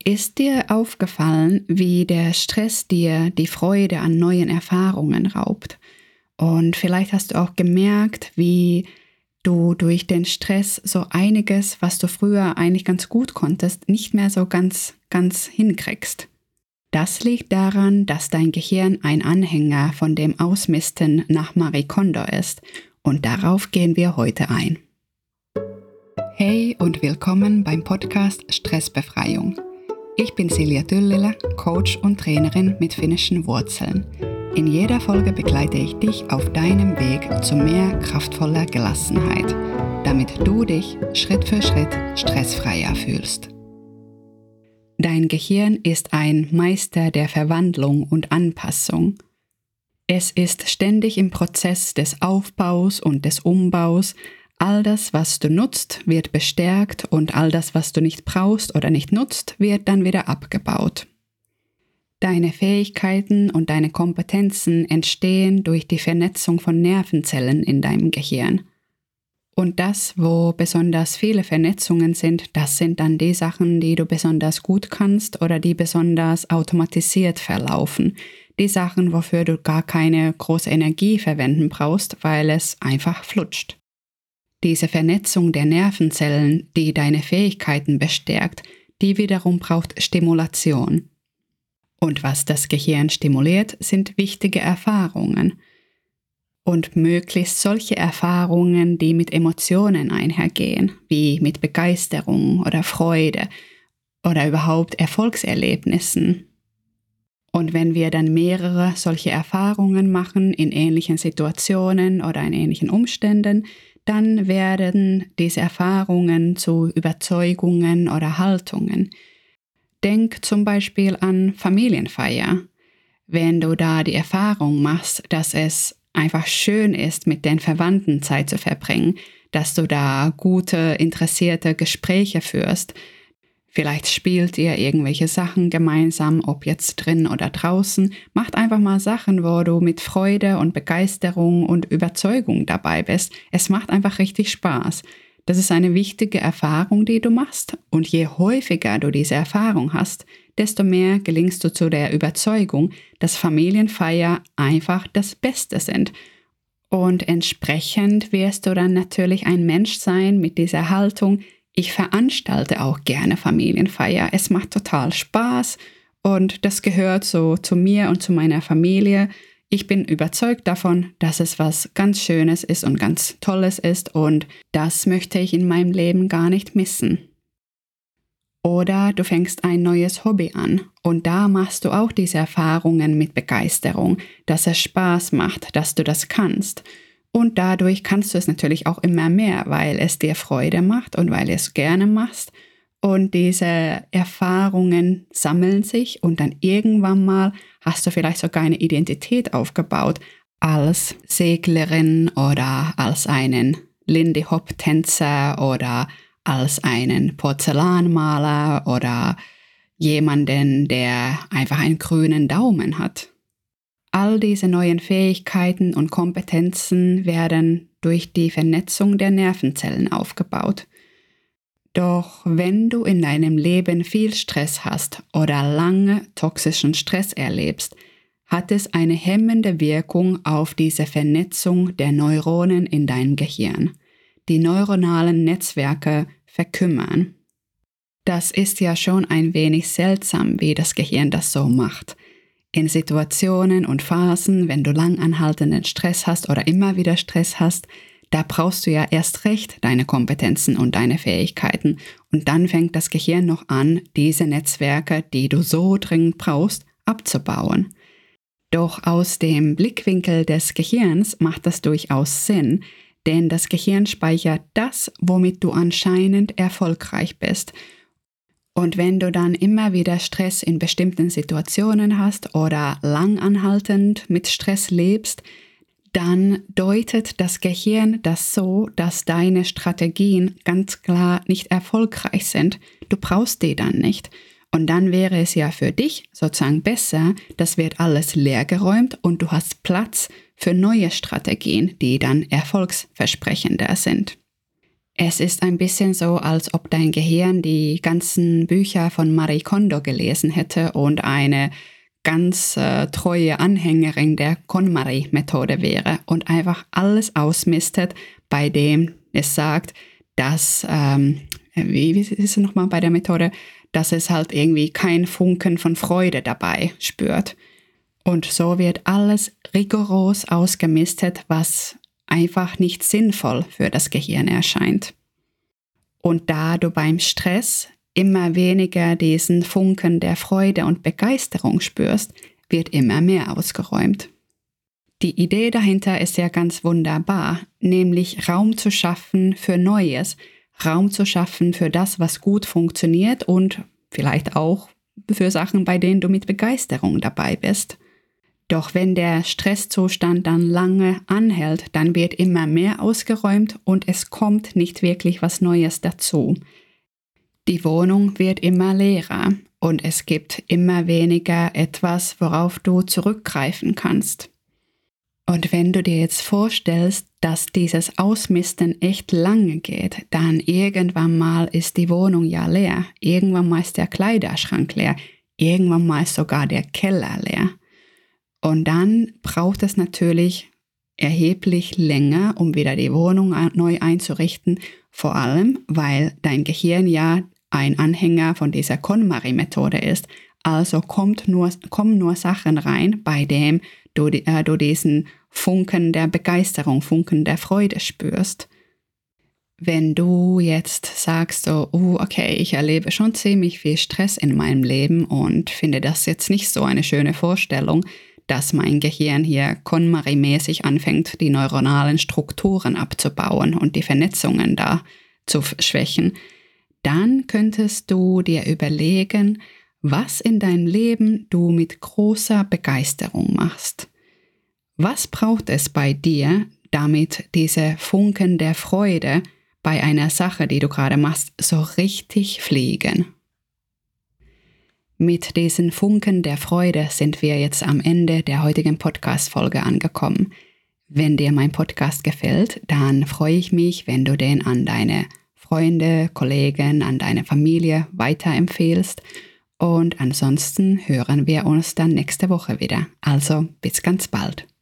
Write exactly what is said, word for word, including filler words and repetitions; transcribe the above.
Ist dir aufgefallen, wie der Stress dir die Freude an neuen Erfahrungen raubt? Und vielleicht hast du auch gemerkt, wie du durch den Stress so einiges, was du früher eigentlich ganz gut konntest, nicht mehr so ganz, ganz hinkriegst. Das liegt daran, dass dein Gehirn ein Anhänger von dem Ausmisten nach Marie Kondo ist. Und darauf gehen wir heute ein. Hey und willkommen beim Podcast Stressbefreiung. Ich bin Silja Tyllilä, Coach und Trainerin mit finnischen Wurzeln. In jeder Folge begleite ich dich auf deinem Weg zu mehr kraftvoller Gelassenheit, damit du dich Schritt für Schritt stressfreier fühlst. Dein Gehirn ist ein Meister der Verwandlung und Anpassung. Es ist ständig im Prozess des Aufbaus und des Umbaus. All das, was du nutzt, wird bestärkt und all das, was du nicht brauchst oder nicht nutzt, wird dann wieder abgebaut. Deine Fähigkeiten und deine Kompetenzen entstehen durch die Vernetzung von Nervenzellen in deinem Gehirn. Und das, wo besonders viele Vernetzungen sind, das sind dann die Sachen, die du besonders gut kannst oder die besonders automatisiert verlaufen. Die Sachen, wofür du gar keine große Energie verwenden brauchst, weil es einfach flutscht. Diese Vernetzung der Nervenzellen, die deine Fähigkeiten bestärkt, die wiederum braucht Stimulation. Und was das Gehirn stimuliert, sind wichtige Erfahrungen. Und möglichst solche Erfahrungen, die mit Emotionen einhergehen, wie mit Begeisterung oder Freude oder überhaupt Erfolgserlebnissen. Und wenn wir dann mehrere solche Erfahrungen machen in ähnlichen Situationen oder in ähnlichen Umständen, dann werden diese Erfahrungen zu Überzeugungen oder Haltungen. Denk zum Beispiel an Familienfeier. Wenn du da die Erfahrung machst, dass es einfach schön ist, mit den Verwandten Zeit zu verbringen, dass du da gute, interessierte Gespräche führst, vielleicht spielt ihr irgendwelche Sachen gemeinsam, ob jetzt drin oder draußen. Macht einfach mal Sachen, wo du mit Freude und Begeisterung und Überzeugung dabei bist. Es macht einfach richtig Spaß. Das ist eine wichtige Erfahrung, die du machst. Und je häufiger du diese Erfahrung hast, desto mehr gelingst du zu der Überzeugung, dass Familienfeier einfach das Beste sind. Und entsprechend wirst du dann natürlich ein Mensch sein mit dieser Haltung: Ich veranstalte auch gerne Familienfeier. Es macht total Spaß und das gehört so zu mir und zu meiner Familie. Ich bin überzeugt davon, dass es was ganz Schönes ist und ganz Tolles ist und das möchte ich in meinem Leben gar nicht missen. Oder du fängst ein neues Hobby an und da machst du auch diese Erfahrungen mit Begeisterung, dass es Spaß macht, dass du das kannst. Und dadurch kannst du es natürlich auch immer mehr, weil es dir Freude macht und weil du es gerne machst. Und diese Erfahrungen sammeln sich und dann irgendwann mal hast du vielleicht sogar eine Identität aufgebaut als Seglerin oder als einen Lindy-Hop-Tänzer oder als einen Porzellanmaler oder jemanden, der einfach einen grünen Daumen hat. All diese neuen Fähigkeiten und Kompetenzen werden durch die Vernetzung der Nervenzellen aufgebaut. Doch wenn du in deinem Leben viel Stress hast oder lange toxischen Stress erlebst, hat es eine hemmende Wirkung auf diese Vernetzung der Neuronen in deinem Gehirn. Die neuronalen Netzwerke verkümmern. Das ist ja schon ein wenig seltsam, wie das Gehirn das so macht. In Situationen und Phasen, wenn du langanhaltenden Stress hast oder immer wieder Stress hast, da brauchst du ja erst recht deine Kompetenzen und deine Fähigkeiten. Und dann fängt das Gehirn noch an, diese Netzwerke, die du so dringend brauchst, abzubauen. Doch aus dem Blickwinkel des Gehirns macht das durchaus Sinn, denn das Gehirn speichert das, womit du anscheinend erfolgreich bist. Und wenn du dann immer wieder Stress in bestimmten Situationen hast oder langanhaltend mit Stress lebst, dann deutet das Gehirn das so, dass deine Strategien ganz klar nicht erfolgreich sind. Du brauchst die dann nicht. Und dann wäre es ja für dich sozusagen besser, das wird alles leergeräumt und du hast Platz für neue Strategien, die dann erfolgsversprechender sind. Es ist ein bisschen so, als ob dein Gehirn die ganzen Bücher von Marie Kondo gelesen hätte und eine ganz äh, treue Anhängerin der KonMari-Methode wäre und einfach alles ausmistet, bei dem es sagt, dass, ähm, wie, wie ist es nochmal bei der Methode, dass es halt irgendwie kein Funken von Freude dabei spürt. Und so wird alles rigoros ausgemistet, was einfach nicht sinnvoll für das Gehirn erscheint. Und da du beim Stress immer weniger diesen Funken der Freude und Begeisterung spürst, wird immer mehr ausgeräumt. Die Idee dahinter ist ja ganz wunderbar, nämlich Raum zu schaffen für Neues, Raum zu schaffen für das, was gut funktioniert und vielleicht auch für Sachen, bei denen du mit Begeisterung dabei bist. Doch wenn der Stresszustand dann lange anhält, dann wird immer mehr ausgeräumt und es kommt nicht wirklich was Neues dazu. Die Wohnung wird immer leerer und es gibt immer weniger etwas, worauf du zurückgreifen kannst. Und wenn du dir jetzt vorstellst, dass dieses Ausmisten echt lange geht, dann irgendwann mal ist die Wohnung ja leer, irgendwann mal ist der Kleiderschrank leer, irgendwann mal ist sogar der Keller leer. Und dann braucht es natürlich erheblich länger, um wieder die Wohnung neu einzurichten, vor allem, weil dein Gehirn ja ein Anhänger von dieser KonMari-Methode ist. Also kommt nur, kommen nur Sachen rein, bei denen du, äh, du diesen Funken der Begeisterung, Funken der Freude spürst. Wenn du jetzt sagst, so, uh, okay, ich erlebe schon ziemlich viel Stress in meinem Leben und finde das jetzt nicht so eine schöne Vorstellung, dass mein Gehirn hier KonMari-mäßig anfängt, die neuronalen Strukturen abzubauen und die Vernetzungen da zu schwächen, dann könntest du dir überlegen, was in deinem Leben du mit großer Begeisterung machst. Was braucht es bei dir, damit diese Funken der Freude bei einer Sache, die du gerade machst, so richtig fliegen? Mit diesen Funken der Freude sind wir jetzt am Ende der heutigen Podcast-Folge angekommen. Wenn dir mein Podcast gefällt, dann freue ich mich, wenn du den an deine Freunde, Kollegen, an deine Familie weiterempfehlst. Und ansonsten hören wir uns dann nächste Woche wieder. Also bis ganz bald.